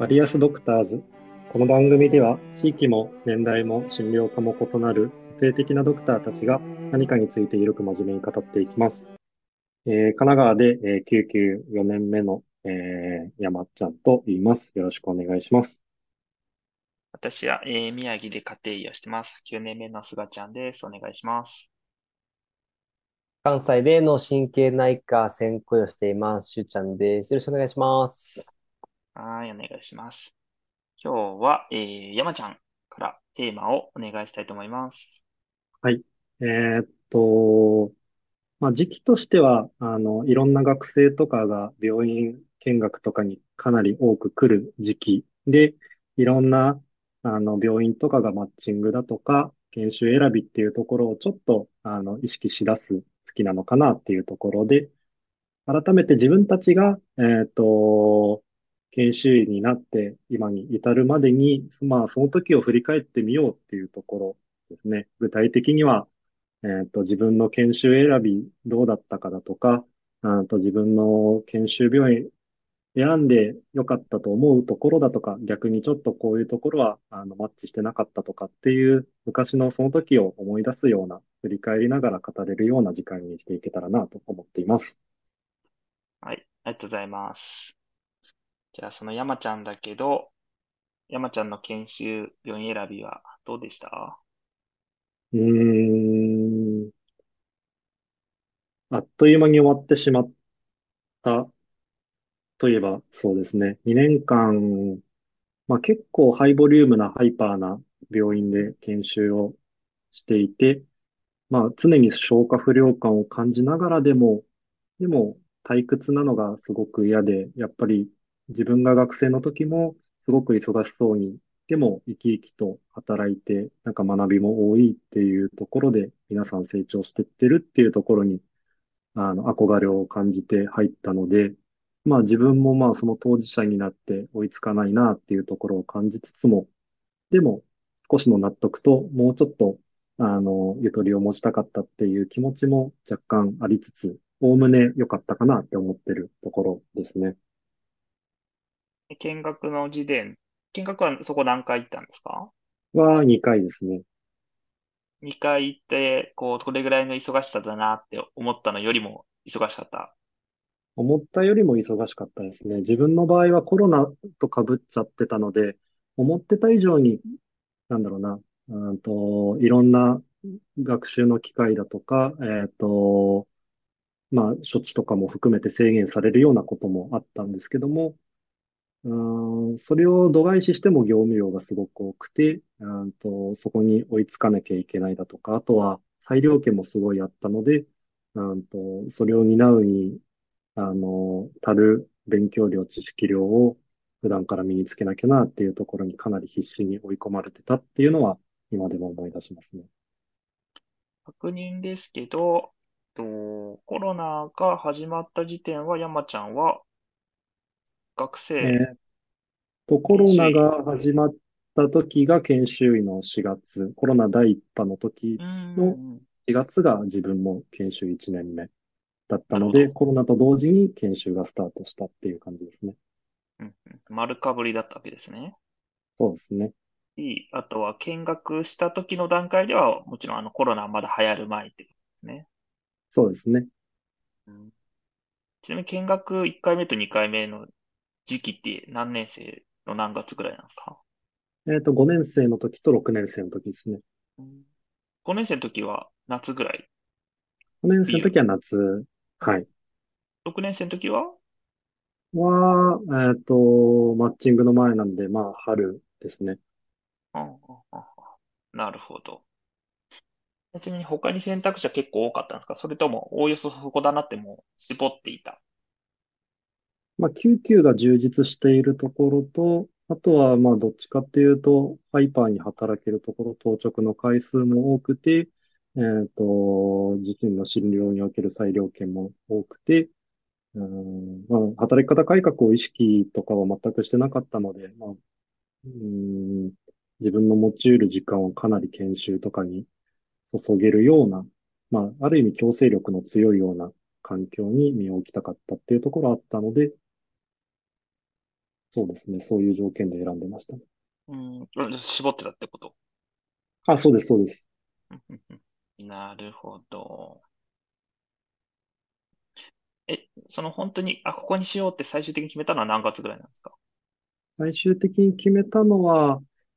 バリアスドクターズ。この番組では地域も年代も診療科も異なる個性的なドクターたちが何かについてゆるく真面目に語っていきます。神奈川で、救急4年目の、山ちゃんと言います。よろしくお願いします。 私は、宮城で家庭医をしてます。9年目のすがちゃんです。お願いします。 関西で脳神経内科専攻医をしています。しゅうちゃんです。よろしくお願いします。 はい、お願いします。今日は、山ちゃんからテーマをお願いしたいと思います。 はい。えーっと、時期としては、いろんな学生とかが病院見学とかにかなり多く来る時期で、いろんな、病院とかがマッチングだとか、研修選びっていうところをちょっと、意識し出す月なのかなっていうところで、改めて自分たちが、研修医になって今に至るまでに、その時を振り返ってみようっていうところですね。具体的には、自分の研修選びどうだったかだとか、自分の研修病院選んでよかったと思うところだとか、逆にちょっとこういうところは、マッチしてなかったとかっていう、昔のその時を思い出すような、振り返りながら語れるような時間にしていけたらなと思っています。 はい、ありがとうございます。じゃあ、その山ちゃんだけど、山ちゃんの研修病院選びはどうでした？ うーん、あっという間に終わってしまったといえばそうですね。2年間、結構ハイボリュームなハイパーな病院で研修をしていて、常に消化不良感を感じながらでも退屈なのがすごく嫌で、やっぱり自分が学生の時もすごく忙しそうに、でも生き生きと働いて、なんか学びも多いっていうところで皆さん成長してってるっていうところに憧れを感じて入ったので、自分もその当事者になって追いつかないなっていうところを感じつつも、でも少しの納得ともうちょっと、ゆとりを持ちたかったっていう気持ちも若干ありつつ、おおむね良かったかなって思ってるところですね。 見学の時点、見学はそこ何回行ったんですか？ は2回ですね。 2 回行って、こう、どれぐらいの忙しさだなって思ったのよりも忙しかった。 思ったよりも忙しかったですね。自分の場合はコロナと被っちゃってたので、思ってた以上になんだろうな、いろんな学習の機会だとか、処置とかも含めて制限されるようなこともあったんですけども、それを度外視しても業務量がすごく多くて、そこに追いつかなきゃいけないだとか、あとは裁量権もすごいあったので、それを担うに、足る勉強量、知識量を普段から身につけなきゃなっていうところにかなり必死に追い込まれてたっていうのは今でも思い出しますね。 確認ですけど、コロナが始まった時点は山ちゃんは学生、 えコロナ研修医。 が始まった時が研修医の4月、コロナ第一波の時うーのん、 4月が自分も研修1年目だったので、 なるほど。 コロナと同時に研修がスタートしたっていう感じですね。 うんうん、丸かぶりだったわけですね。 そうですね。 あとは見学した時の段階では、もちろんコロナまだ流行る前ってことですね。 そうですね。 うん、ちなみに見学1回目と2回目の時期って何年生の何月ぐらいなんですか？ 5年生の時と6年生の時ですね。 うん、5年生の時は夏ぐらい、 5年生の冬。 時は夏、はい。 6年生の時は？ は、マッチングの前なんで、春ですね。 うんうんうんうん、なるほど。ちなみに他に選択肢は結構多かったんですか？それとも、おおよそそこだなってもう絞っていた？ 救急が充実しているところと、あとは、どっちかっていうと、ハイパーに働けるところ、当直の回数も多くて、自身の診療における裁量権も多くて、働き方改革を意識とかは全くしてなかったので、自分の持ち得る時間をかなり研修とかに注げるような、ある意味強制力の強いような環境に身を置きたかったっていうところあったので、 そうですね。そういう条件で選んでましたね。 うん、絞ってたってこと？ あ、そうです、そうです。 うんうんうん。なるほど。その本当に、ここにしようって最終的に決めたのは何月ぐらいなんですか？ 最終的に決めたのは、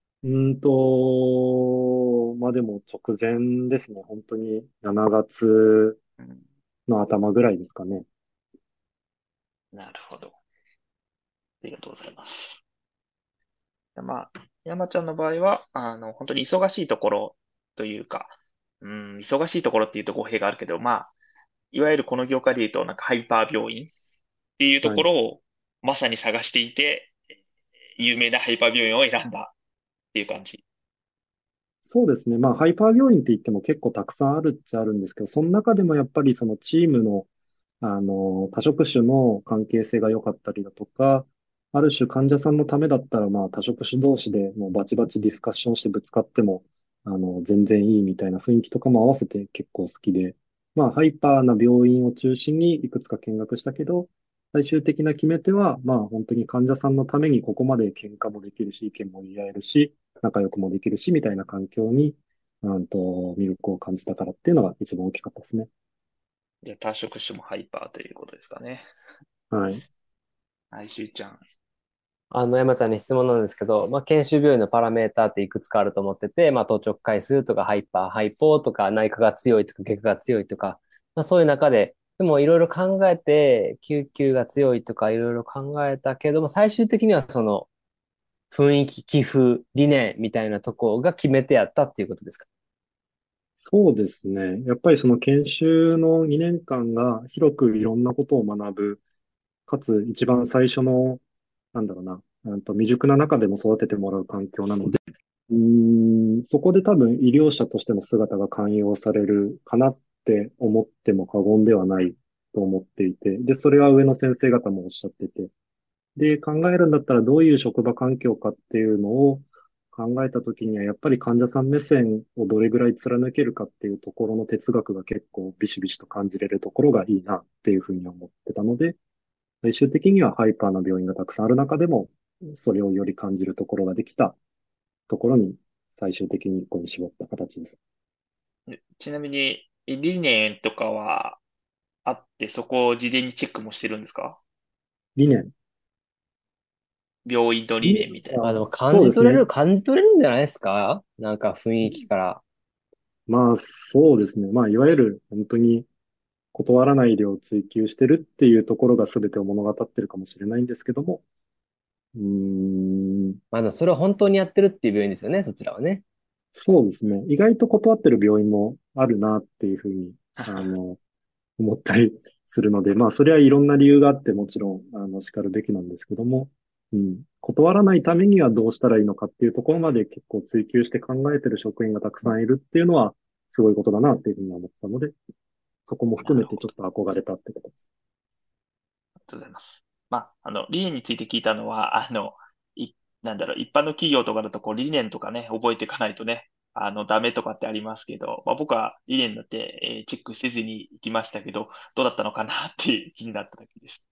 まあでも直前ですね。本当に7月うん、 の頭ぐらいですかね。 なるほど。ありがとうございます。まあ、山ちゃんの場合は、本当に忙しいところというか、うん、忙しいところっていうと語弊があるけど、まあ、いわゆるこの業界で言うと、なんかハイパー病院っていうとはい。 ころをまさに探していて、有名なハイパー病院を選んだっていう感じ。 そうですね。まあ、ハイパー病院って言っても結構たくさんあるっちゃあるんですけど、その中でもやっぱりそのチームの、多職種の関係性が良かったりだとか、ある種患者さんのためだったら、まあ、多職種同士でもうバチバチディスカッションしてぶつかっても、全然いいみたいな雰囲気とかも合わせて結構好きで、まあ、ハイパーな病院を中心にいくつか見学したけど、最終的な決め手は、まあ、本当に患者さんのためにここまで喧嘩もできるし、意見も言い合えるし、仲良くもできるし、みたいな環境に、魅力を感じたからっていうのが一番大きかったですね。 じゃあ多職種もハイパーということですかね。 はい。 はい、しゅうちゃん。 山ちゃんに質問なんですけど、研修病院のパラメーターっていくつかあると思ってて、当直回数とかハイパー、ハイポーとか内科が強いとか外科が強いとか、そういう中で、でもいろいろ考えて、救急が強いとかいろいろ考えたけども、最終的にはその雰囲気、寄付、理念みたいなとこが決め手やったっていうことですか？ そうですね。やっぱりその研修の2年間が広くいろんなことを学ぶ、かつ一番最初の、なんだろうな、未熟な中でも育ててもらう環境なので、そこで多分医療者としての姿が寛容されるかなって思っても過言ではないと思っていて、で、それは上の先生方もおっしゃってて、で、考えるんだったらどういう職場環境かっていうのを考えたときには、やっぱり患者さん目線をどれぐらい貫けるかっていうところの哲学が結構ビシビシと感じれるところがいいなっていうふうに思ってたので、最終的にはハイパーな病院がたくさんある中でも、それをより感じるところができたところに最終的に一個に絞った形です。 ちなみに、理念とかはあって、そこを事前にチェックもしてるんですか？ 理念。 病院の理理念念みたいな。 でもそうですね。 感じ取れるんじゃないですか？なんか雰囲気から。 まあ、そうですね。まあ、いわゆる本当に断らない医療を追求してるっていうところが全てを物語ってるかもしれないんですけども、うーん、 でもそれを本当にやってるっていう病院ですよね、そちらはね。 そうですね。意外と断ってる病院もあるなっていうふうに、あの、思ったりするので、まあ、それはいろんな理由があってもちろん、叱るべきなんですけども、断らないためにはどうしたらいいのかっていうところまで結構追求して考えてる職員がたくさんいるっていうのは、すごいことだなっていうふうに思ってたので、そこも含めてちょっなるほど。 と憧れたってことです。 ありがとうございます。理念について聞いたのは、い、なんだろう、一般の企業とかだと、こう、理念とかね、覚えていかないとね、ダメとかってありますけど、僕は理念だって、チェックせずに行きましたけど、どうだったのかなっていう気になっただけでした。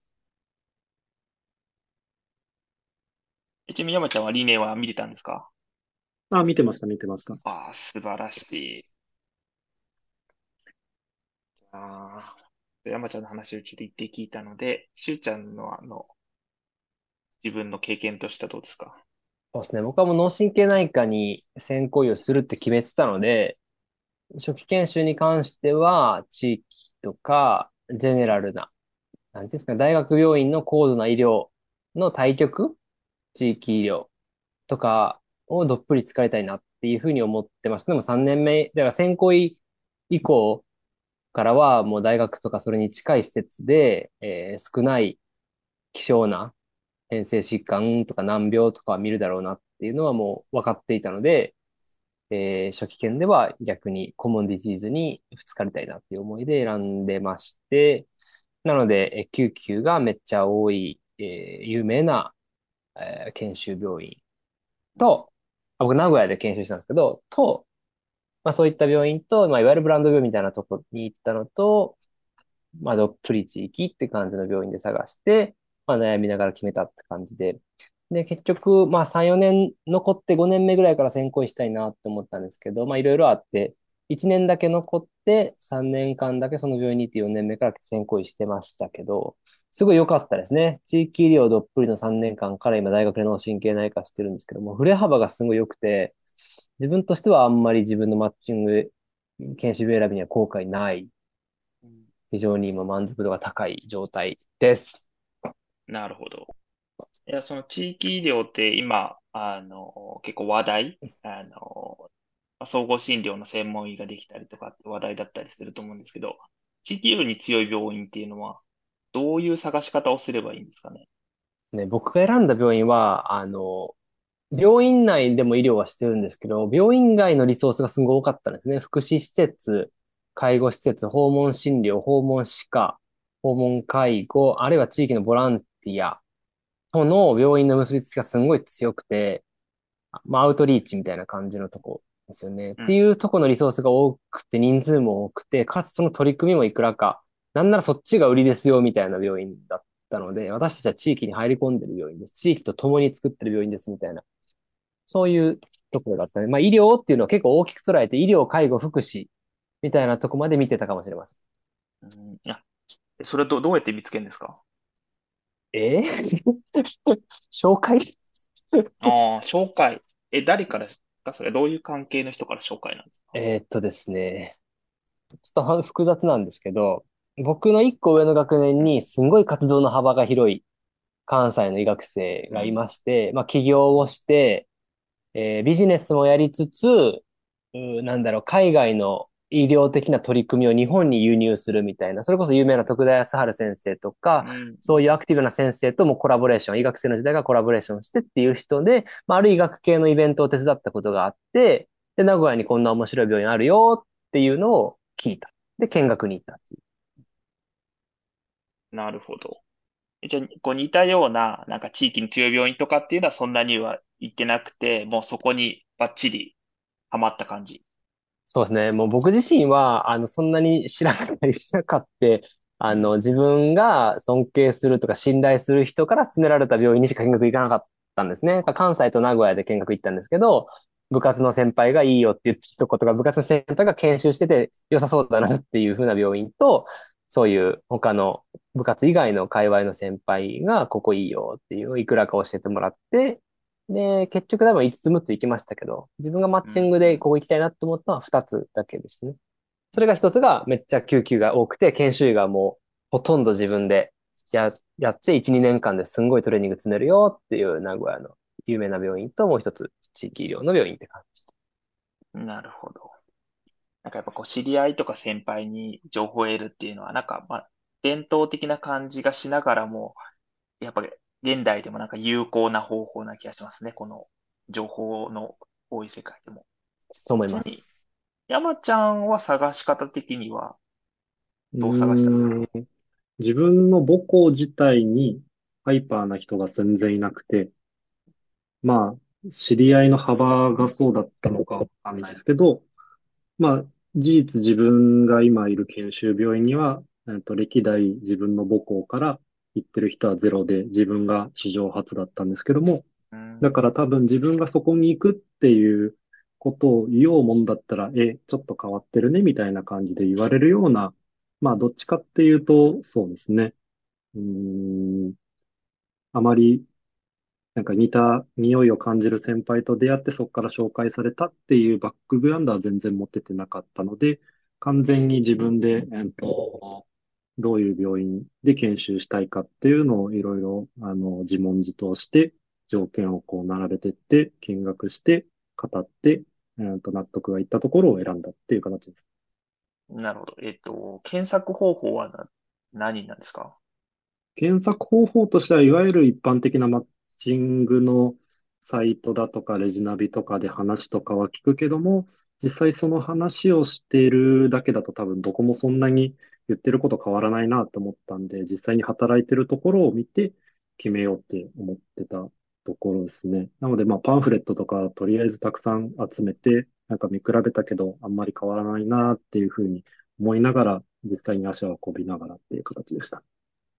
ちなみに山ちゃんは理念は見れたんですか？ あ、見てました、見てました。 素晴らしい。あ山ちゃんの話をちょっと言って聞いたので、しゅうちゃんの自分の経験としてはどうですか？ そうですね。僕はもう脳神経内科に専攻医をするって決めてたので、初期研修に関しては、地域とか、ジェネラルな、なんていうんですかね、大学病院の高度な医療の対局、地域医療とかをどっぷり使いたいなっていうふうに思ってました。でも3年目、だから専攻医以降からはもう大学とかそれに近い施設で、少ない希少な変性疾患とか難病とかは見るだろうなっていうのはもう分かっていたので、初期研では逆にコモンディジーズにぶつかりたいなっていう思いで選んでまして、なので、救急がめっちゃ多い、有名な、研修病院と、僕名古屋で研修したんですけど、そういった病院と、いわゆるブランド病院みたいなとこに行ったのと、どっぷり地域って感じの病院で探して、悩みながら決めたって感じで、 で、結局、まあ3、4年残って5年目ぐらいから専攻医したいなって思ったんですけど、まあいろいろあって、1年だけ残って3年間だけその病院に行って4年目から専攻医してましたけど、すごい良かったですね。地域医療どっぷりの3年間から今大学で脳神経内科してるんですけども、振れ幅がすごい良くて、自分としてはあんまり自分のマッチング研修病選びには後悔ない、 うん。 非常に今満足度が高い状態です。 なるほど。いや、その地域医療って今、結構話題、総合診療の専門医ができたりとかって話題だったりすると思うんですけど、地域医療に強い病院っていうのは、どういう探し方をすればいいんですかね。 ね、僕が選んだ病院は、病院内でも医療はしてるんですけど、病院外のリソースがすごい多かったんですね。福祉施設、介護施設、訪問診療、訪問歯科、訪問介護、あるいは地域のボランティアとの病院の結びつきがすごい強くて、まあ、アウトリーチみたいな感じのとこですよね。っうん。 ていうとこのリソースが多くて、人数も多くて、かつその取り組みもいくらか、なんならそっちが売りですよ、みたいな病院だったので、私たちは地域に入り込んでる病院です。地域と共に作ってる病院です、みたいな。そういうところだったね。まあ、医療っていうのは結構大きく捉えて、医療、介護、福祉みたいなとこまで見てたかもしれません。 うん、それどうやって見つけるんですか？ 紹介。 ああー、紹介。誰からですか？それどういう関係の人から紹介なんですか？ ですね。ちょっと複雑なんですけど、僕の一個上の学年にすんごい活動の幅が広い関西の医学生がいうん。 まして、まあ起業をして、ビジネスもやりつつ、なんだろう、海外の医療的な取り組みを日本に輸入するみたいな、それこそ有名な徳田康治先生とか、 うん。 そういうアクティブな先生ともコラボレーション、医学生の時代がコラボレーションしてっていう人で、まあ、ある医学系のイベントを手伝ったことがあって、で、名古屋にこんな面白い病院あるよっていうのを聞いた。で、見学に行ったっていう。 なるほど。じゃあ、こう似たような、なんか地域に強い病院とかっていうのはそんなには行ってなくて、もうそこにバッチリハマった感じ。 そうですね。もう僕自身は、そんなに調べたりしなかった、 うん。 自分が尊敬するとか信頼する人から勧められた病院にしか見学行かなかったんですね。関西と名古屋で見学行ったんですけど、部活の先輩がいいよって言ったことが、部活の先輩が研修してて良さそうだなっていう風な病院と、そういう他の部活以外の界隈の先輩がここいいよっていう、いくらか教えてもらって、で、結局多分5つ6つ行きましたけど、自分がマッうチングでん。 ここ行きたいなと思ったのは2つだけですね。それが1つがめっちゃ救急が多くて、研修医がもうほとんど自分でやって1、2年間ですんごいトレーニング積めるよっていう名古屋の有名な病院ともう一つ地域医療の病院って感じ。 なるほど。なんかやっぱこう知り合いとか先輩に情報を得るっていうのは、なんかまあ、伝統的な感じがしながらも、やっぱり現代でもなんか有効な方法な気がしますね。この情報の多い世界でも。 そう思いちなみに、 ます。 山ちゃんは探し方的にはうどう探したんですか？ ーん。自分の母校自体にハイパーな人が全然いなくて、まあ、知り合いの幅がそうだったのかわかんないですけど、まあ、事実自分が今いる研修病院には、歴代自分の母校から行ってる人はゼロで、自分が史上初だったんですけども、 うん。 だから多分自分がそこに行くっていうことを言おうもんだったら、ちょっと変わってるね、みたいな感じで言われるような、まあ、どっちかっていうと、そうですね。うーん、あまりなんか似た匂いを感じる先輩と出会ってそこから紹介されたっていうバックグラウンドは全然持っててなかったので、完全に自分で、どういう病院で研修したいかっていうのをいろいろ、自問自答して、条件をこう並べてって、見学して、語って、納得がいったところを選んだっていう形です。 なるほど。検索方法は何なんですか？ 検索方法としては、いわゆる一般的なマッチングのサイトだとか、レジナビとかで話とかは聞くけども、実際その話をしているだけだと多分どこもそんなに言ってること変わらないなと思ったんで、実際に働いてるところを見て決めようって思ってたところですね。なので、まあパンフレットとかとりあえずたくさん集めて、なんか見比べたけど、あんまり変わらないなっていうふうに思いながら、実際に足を運びながらっていう形でした。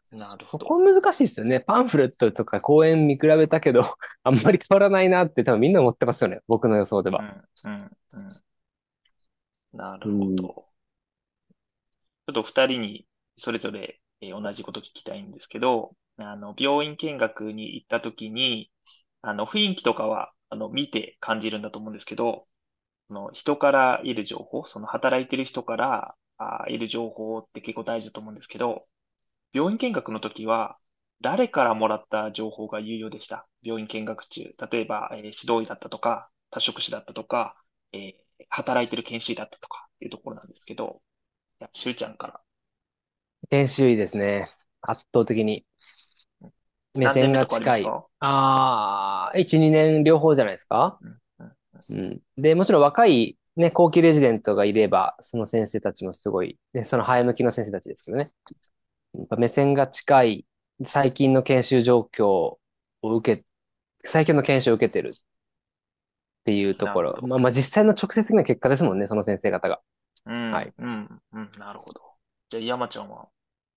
なるほど。 ここ難しいですよね。パンフレットとか講演見比べたけど、あんまり変わらないなって多分みんな思ってますよね。僕の予想では。 うん、うん、うん。なるうん。 ほど。ちょっと二人にそれぞれ同じこと聞きたいんですけど、病院見学に行った時に、雰囲気とかは、見て感じるんだと思うんですけど、人から得る情報、その働いてる人から得る情報って結構大事だと思うんですけど、病院見学の時は、誰からもらった情報が有用でした？病院見学中。例えば、指導医だったとか、多職種だったとか、働いてる研修医だったとかっていうところなんですけど、じゃあしゅうちゃんから。 研修医ですね。圧倒的に。目線が何年目とかありま近い。 すか？ 1、2年両方じゃないですか？ うん、うん、 うん。で、もちろん若いね、後期レジデントがいれば、その先生たちもすごい、ね、その早向きの先生たちですけどね。やっぱ目線が近い、最近の研修状況を受け、最近の研修を受けてるっていうところ。 なるほど。 まあ実際の直接的な結果ですもんね、その先生方が。 うん、 はい。 うん、うん、なるほど。じゃあ、山ちゃんは？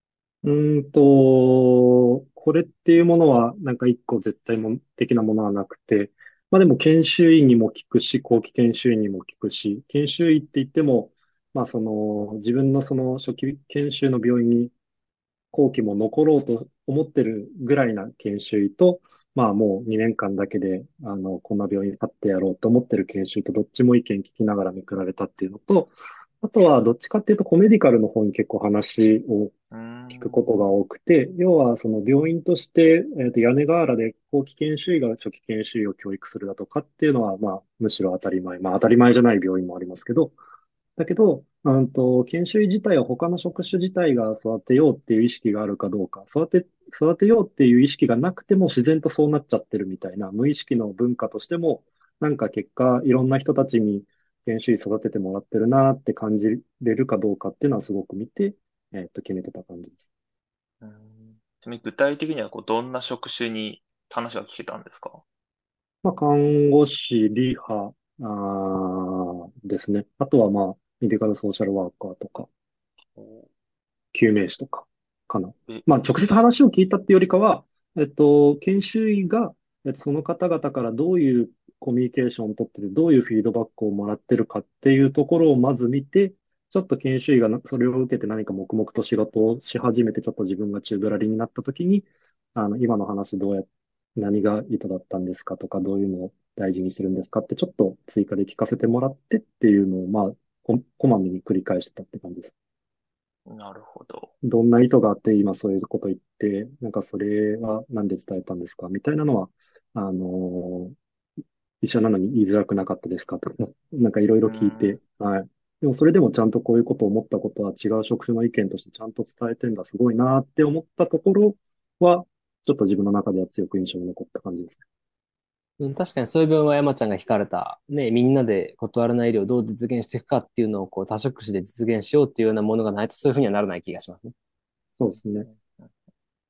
これっていうものは、なんか一個絶対も的なものはなくて、まあでも研修医にも聞くし、後期研修医にも聞くし、研修医って言っても、まあその自分のその初期研修の病院に後期も残ろうと思ってるぐらいな研修医と、まあもう2年間だけで、こんな病院去ってやろうと思ってる研修医とどっちも意見聞きながら見比べたっていうのと、あとはどっちかっていうとコメディカルの方に結構話をうーん、 聞くことが多くて、要はその病院として、屋根瓦で後期研修医が初期研修医を教育するだとかっていうのは、まあむしろ当たり前。まあ当たり前じゃない病院もありますけど、だけど、研修医自体は他の職種自体が育てようっていう意識があるかどうか、育てようっていう意識がなくても自然とそうなっちゃってるみたいな、無意識の文化としても、なんか結果、いろんな人たちに研修医育ててもらってるなって感じれるかどうかっていうのはすごく見て、決めてた感じです。 うん。ちなみに具体的にはどんな職種に話が聞けたんですか？ まあ、看護師、リハ、ですね。あとはまあ、メディカルソーシャルワーカーとか、 お救命士とかかな。 え、 まあ、直接話を聞いたっていうよりかは、研修医が、その方々からどういうコミュニケーションを取ってて、どういうフィードバックをもらってるかっていうところをまず見て、ちょっと研修医がそれを受けて何か黙々と仕事をし始めて、ちょっと自分が宙ぶらりんになった時に、今の話何が意図だったんですかとか、どういうのを大事にしてるんですかって、ちょっと追加で聞かせてもらってっていうのを、まあ、こまめに繰り返してたって感じです。 なるほど。 どんな意図があって今そういうこと言って、なんかそれはなんで伝えたんですかみたいなのは、あの、医者なのに言いづらくなかったですかとか、なんかいろいうろ聞いて、 ん、 はい。でもそれでもちゃんとこういうことを思ったことは違う職種の意見としてちゃんと伝えてんだ、すごいなって思ったところは、ちょっと自分の中では強く印象に残った感じですね。 うん、確かにそういう部分は山ちゃんが聞かれた、ね、みんなで断らない医療をどう実現していくかっていうのをこう多職種で実現しようっていうようなものがないとそういうふうにはならない気がしますね。 うん、 そうですね。 うん。うん。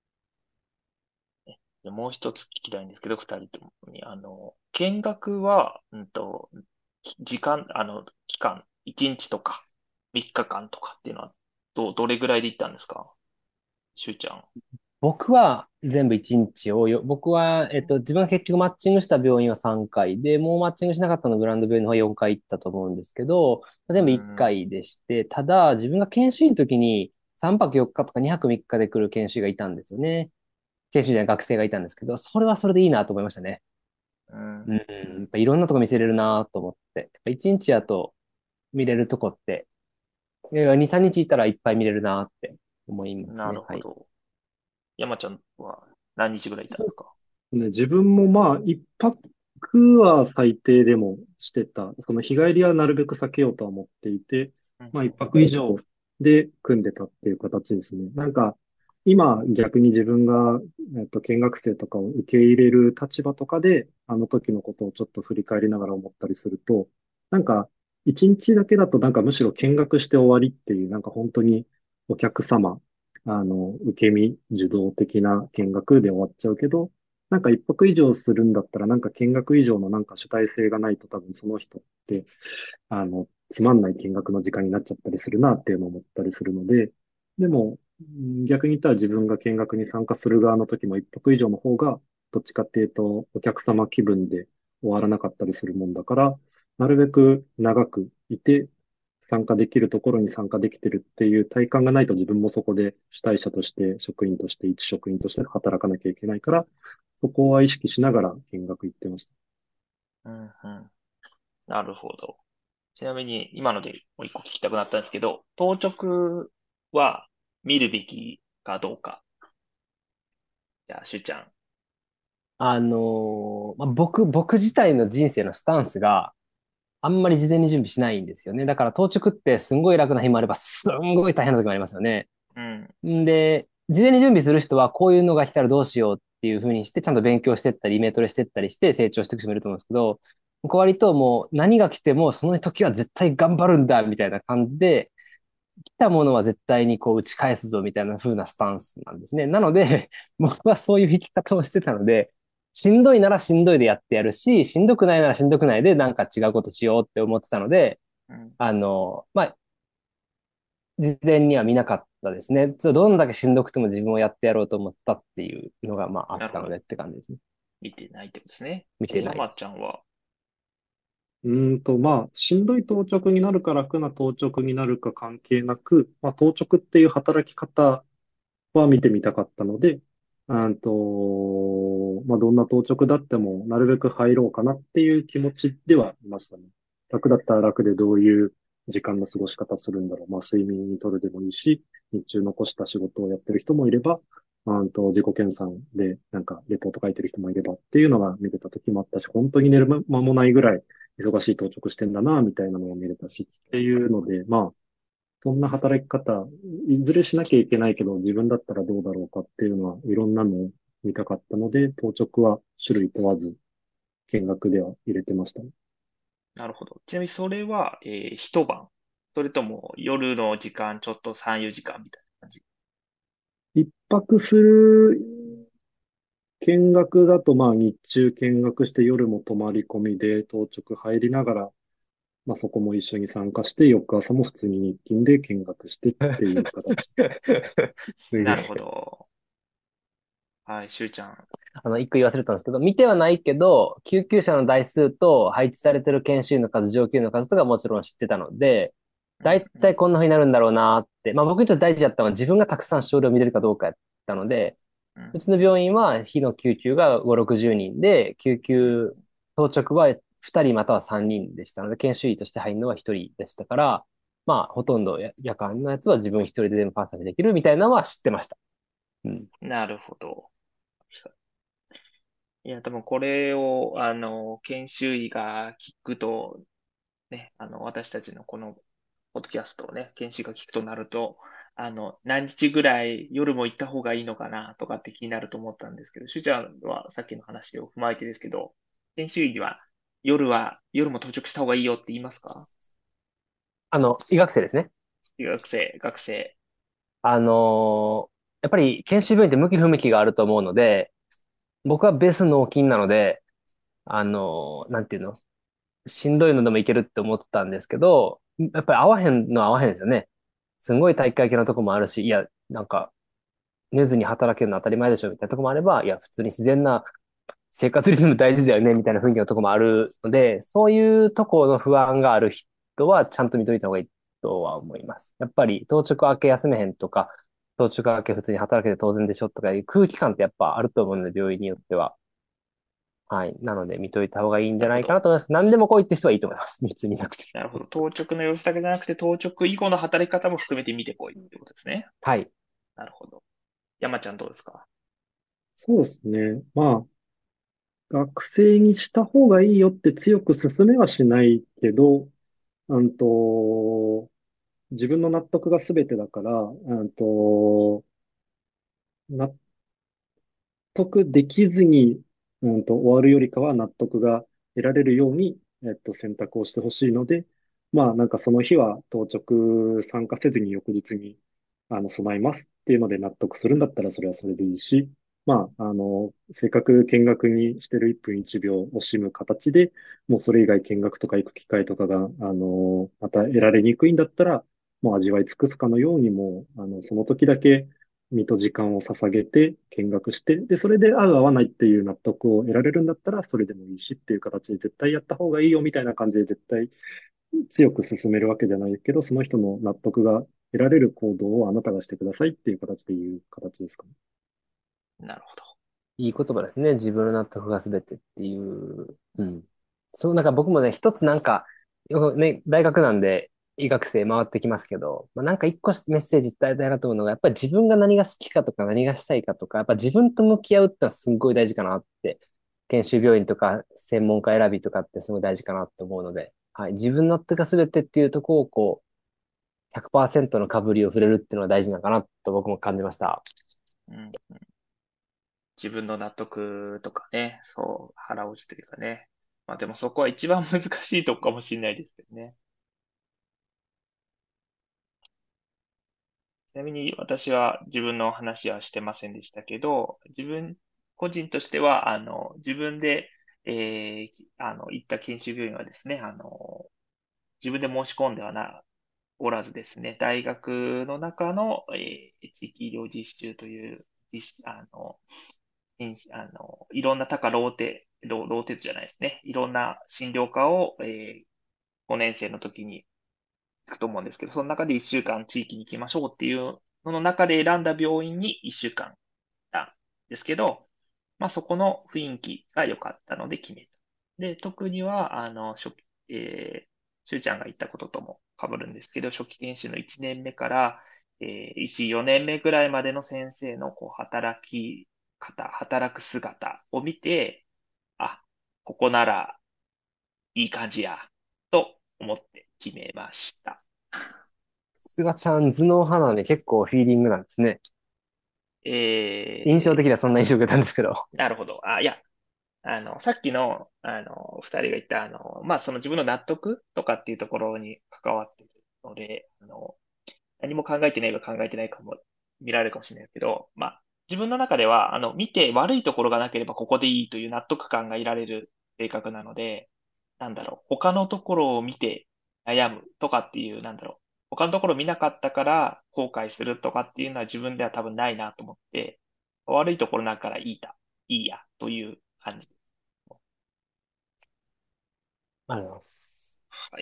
でもう一つ聞きたいんですけど、二人ともに、見学は、時間、期間、1日とか、3日間とかっていうのは、どれぐらいで行ったんですか？しゅうちゃん。 僕は全部1日を僕は、自分が結局マッチングした病院は3回で、もうマッチングしなかったのグランド病院の方は4回行ったと思うんですけど、 う全部1 ん、 回でして、ただ自分が研修医の時に3泊4日とか2泊3日で来る研修医がいたんですよね。研修医じゃない学生がいたんですけど、それはそれでいいなと思いましたね。 うん、 うん、やっぱいろんなとこ見せれるなと思って。やっぱ1日やと見れるとこって、2、3日いたらいっぱい見れるなって思いますなね。はい。 るほど。山ちゃんは何日ぐらいいたんですか？ ね、自分もまあ、一泊は最低でもしてた。その日帰りはなるべく避けようとは思っていて、 うん、 まあ一泊以上で組んでたっていう形ですね。なんか、今逆に自分が、見学生とかを受け入れる立場とかで、あの時のことをちょっと振り返りながら思ったりすると、なんか、一日だけだとなんかむしろ見学して終わりっていう、なんか本当にお客様、受け身受動的な見学で終わっちゃうけど、なんか一泊以上するんだったら、なんか見学以上のなんか主体性がないと多分その人って、つまんない見学の時間になっちゃったりするなっていうのを思ったりするので、でも、 逆に言ったら自分が見学に参加する側の時も一泊以上の方が、どっちかっていうとお客様気分で終わらなかったりするもんだから、なるべく長くいて参加できるところに参加できてるっていう体感がないと自分もそこで主体者として職員として一職員として働かなきゃいけないから、そこは意識しながら見学行ってました。 うんうん。なるほど。ちなみに、今のでもう一個聞きたくなったんですけど、当直は見るべきかどうか。じゃあ、しゅうちゃん。 僕自体の人生のスタンスがあんまり事前に準備しないんですよね。だから当直ってすんごい楽な日もあれば、すんごい大変な時もありますよね。 うん。 んで、事前に準備する人はこういうのが来たらどうしようっていうふうにして、ちゃんと勉強してったり、イメトレしてったりして成長していく人もいると思うんですけど、僕は割ともう何が来てもその時は絶対頑張るんだみたいな感じで、来たものは絶対にこう打ち返すぞみたいな風なスタンスなんですね。なので、僕はそういう生き方をしてたので、しんどいならしんどいでやってやるし、しんどくないならしんどくないでなんか違うことしようって思ってたので、 うん。 事前には見なかったですね。どんだけしんどくても自分をやってやろうと思ったっていうのが、あっなるほど。 たのでって感じですね。 見てないってことですね。じゃあ、 見てない。 山ちゃんは、 しんどい当直になるか楽な当直になるか関係なく、当直っていう働き方は見てみたかったので、どんな当直だっても、なるべく入ろうかなっていう気持ちではいましたね。楽だったら楽でどういう時間の過ごし方するんだろう。睡眠にとるでもいいし、日中残した仕事をやってる人もいれば、自己研鑽でなんかレポート書いてる人もいればっていうのが見れた時もあったし、本当に寝る間もないぐらい忙しい当直してんだな、みたいなのを見れたし、っていうので、そんな働き方、いずれしなきゃいけないけど、自分だったらどうだろうかっていうのは、いろんなのを見たかったので、当直は種類問わず、見学では入れてましたね。 なるほど。ちなみにそれは、一晩。それとも夜の時間、ちょっと3、4時間みたいな感じ。 一泊する見学だと、日中見学して夜も泊まり込みで当直入りながら、そこも一緒に参加して、翌朝も普通に日勤で見学してっていう形。 すげなるほえ。 ど。はい、しゅうちゃん。 一個言い忘れたんですけど、見てはないけど、救急車の台数と配置されてる研修医の数、上級医の数とかもちろん知ってたので、だいうん、うん、 たいこんな風になるんだろうなって、僕にとって大事だったのは自分がたくさん症例を見れるかどうかやったので、 うん、 うちの病院は非の救急が5、60人で、救うん。 急当直は2人または3人でしたので、研修医として入るのは1人でしたから、ほとんど夜間のやつは自分一人で全部パーサーできるみたいなのは知ってました。うん。 なるほど。いや、多分これを、研修医が聞くと、ね、私たちのこの、ポッドキャストをね、研修医が聞くとなると、何日ぐらい夜も行った方がいいのかなとかって気になると思ったんですけど、しゅうちゃんはさっきの話を踏まえてですけど、研修医に夜も当直した方がいいよって言いますか？ 医学生ですね。 学生。 やっぱり研修病院って向き不向きがあると思うので、僕はベース脳筋なので、なんていうの、しんどいのでもいけるって思ってたんですけど、やっぱり合わへんのは合わへんですよね。すんごい体育会系のとこもあるし、いや、なんか、寝ずに働けるの当たり前でしょみたいなとこもあれば、いや、普通に自然な生活リズム大事だよねみたいな雰囲気のとこもあるので、そういうところの不安がある人はちゃんと見といた方がいいとは思います。やっぱり当直明け休めへんとか、当直明け普通に働けて当然でしょとかいう空気感ってやっぱあると思うので、病院によっては。はい。なので見といた方がいいんじゃないかななるほど。 と思います。何でも来いって人はいいと思います。別になくて。 なるほど。当直の様子だけじゃなくて、当直以後の働き方も含めて見てこいってことですね。 はい。 なるほど。山ちゃんどうですか？ そうですね。学生にした方がいいよって強く勧めはしないけど、うんと、自分の納得が全てだから、納得できずに、終わるよりかは納得が得られるように、選択をしてほしいので、なんかその日は当直参加せずに翌日に、備えますっていうので納得するんだったらそれはそれでいいし、せっかく見学にしてる1分1秒惜しむ形で、もうそれ以外見学とか行く機会とかが、また得られにくいんだったら、 もう味わい尽くすかのようにもう、その時だけ身と時間を捧げて見学して、で、それで合う合わないっていう納得を得られるんだったら、それでもいいしっていう形で絶対やった方がいいよみたいな感じで絶対強く進めるわけじゃないけど、その人の納得が得られる行動をあなたがしてくださいっていう形で言う形ですかね。 なるほど。 いい言葉ですね。自分の納得が全てっていう。うん。そう、なんか僕もね、一つなんか、よくね、大学なんで医学生回ってきますけど、まあ、なんか一個メッセージ伝えたいなと思うのが、やっぱり自分が何が好きかとか何がしたいかとか、やっぱ自分と向き合うってのはすんごい大事かなって、研修病院とか専門家選びとかってすごい大事かなって思うので、はい。自分の納得が全てっていうところをこう、100%の被りを触れるっていうのは大事なのかなと僕も感じました。 うん。自分の納得とかね、そう、腹落ちというかね。まあでもそこは一番難しいとこかもしれないですけどね。ちなみに私は自分の話はしてませんでしたけど、個人としては、自分で、行った研修病院はですね、自分で申し込んではおらずですね、大学の中の、地域医療実習という、実あの、研修いろんなローテじゃないですね。いろんな診療科を、5年生の時に行くと思うんですけど、その中で1週間地域に行きましょうっていうのの中で選んだ病院に1週間行ったんですけど、まあそこの雰囲気が良かったので決めた。で、特には、しゅうちゃんが言ったこととも被るんですけど、初期研修の1年目から、医師4年目ぐらいまでの先生のこう働く姿を見て、あ、ここならいい感じや、と思って決めました。 すがちゃん頭脳派なので結構フィーリングなんですね。印象的にはそんな印象を受けたんですけど。 なるほど。いや、さっきの、二人が言った、まあ、その自分の納得とかっていうところに関わっているので、何も考えてないか考えてないかも見られるかもしれないですけど、まあ、自分の中では、見て悪いところがなければここでいいという納得感が得られる性格なので、なんだろう、他のところを見て悩むとかっていう、なんだろう、他のところを見なかったから後悔するとかっていうのは自分では多分ないなと思って、悪いところなんからいいや、という感じです。 ありがとうございます。 はい。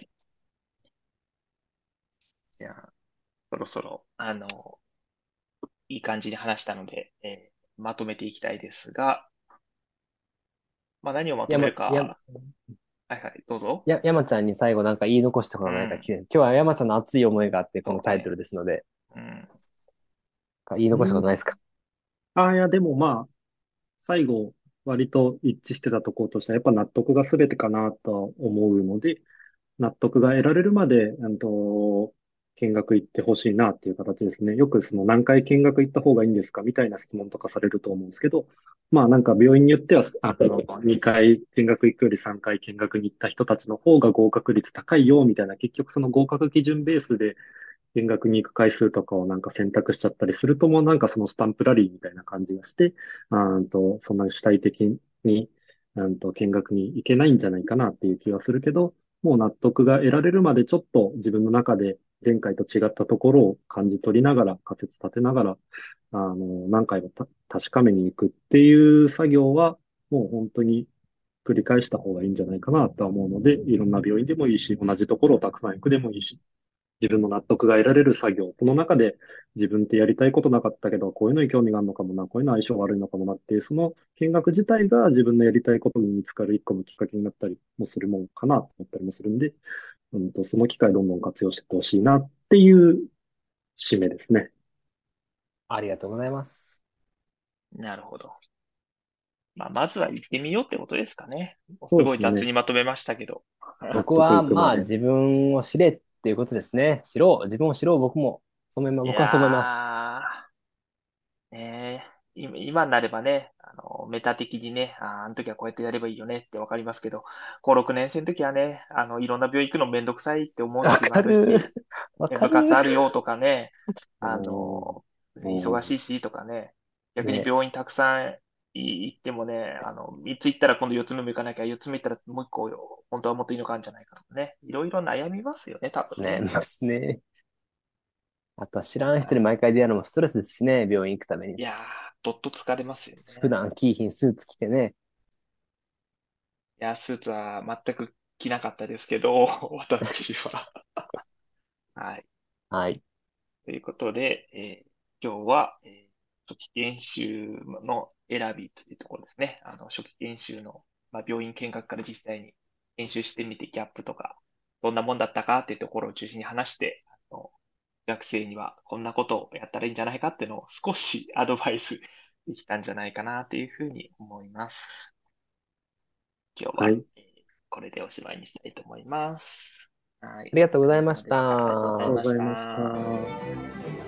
じゃあ、そろそろ、いい感じに話したので、まとめていきたいですが、まあ、何をまとめるか、はいはい、どうぞ。 山ちゃんに最後なんか言い残したことないか聞いうん、 て、今日は山ちゃんの熱い思いがあってこのタイトそうね。 ルですので、 うん、 言い残したこうん。 とないですか？ いや、でもまあ、最後、割と一致してたところとしては、やっぱ納得が全てかなとは思うので、納得が得られるまで、見学行ってほしいなっていう形ですね。よくその何回見学行った方がいいんですかみたいな質問とかされると思うんですけど、まあなんか病院によっては、2回見学行くより3回見学に行った人たちの方が合格率高いよみたいな、結局その合格基準ベースで見学に行く回数とかをなんか選択しちゃったりするともうなんかそのスタンプラリーみたいな感じがして、そんな主体的に、見学に行けないんじゃないかなっていう気はするけど、もう納得が得られるまでちょっと自分の中で前回と違ったところを感じ取りながら、仮説立てながら、何回も確かめに行くっていう作業は、もう本当に繰り返した方がいいんじゃないかなとは思うので、いろんな病院でもいいし、同じところをたくさん行くでもいいし、自分の納得が得られる作業、その中で自分ってやりたいことなかったけど、こういうのに興味があるのかもな、こういうの相性悪いのかもなっていう、その見学自体が自分のやりたいことに見つかる一個のきっかけになったりもするもんかなと思ったりもするんで、その機会どんどん活用していってほしいなっていう締めですね。 ありがとうございます。 なるほど。まあ、まずは行ってみようってことですかね。すごい雑そうですね。 にまとめましたけど。 納僕得いくまで。 はまあ自分を知れっていうことですね。自分を知ろう僕も、 い僕はそう思います。 やね今になればね、メタ的にね、あの時はこうやってやればいいよねってわかりますけど、5、6年生の時はね、いろんな病院行くのめんどくさいって思うわ時もあかる。 るし、 わか部活る。 あるよとかね、 うあん。 の、忙うん。 しいしとかね、逆にね。 病院たくさん行ってもね、3つ行ったら今度4つ目も行かなきゃ、4つ目行ったらもう1個、本当はもっといいのかあるんじゃないかとかね、いろいろ悩みますよね、多分ね。 悩みますね。 あとは知らん人に毎回出会うのもストレスですしね、病院行くために。 いやー、どっと疲れますよ普ね。 段着いひんスーツ着てね。 いや、スーツは全く着なかったですけど、私は。はい。 はい。 ということで、今日は、初期研修の選びというところですね。初期研修の、病院見学から実際に研修してみてギャップとか、どんなもんだったかっていうところを中心に話して、学生にはこんなことをやったらいいんじゃないかっていうのを少しアドバイスできたんじゃないかなというふうに思います。今日は、 はい。 これでおしまいにしたいと思います。はい。 ありがとうごお疲れざいまし様でした。ありがとうござありがとうごいましざいました。 た。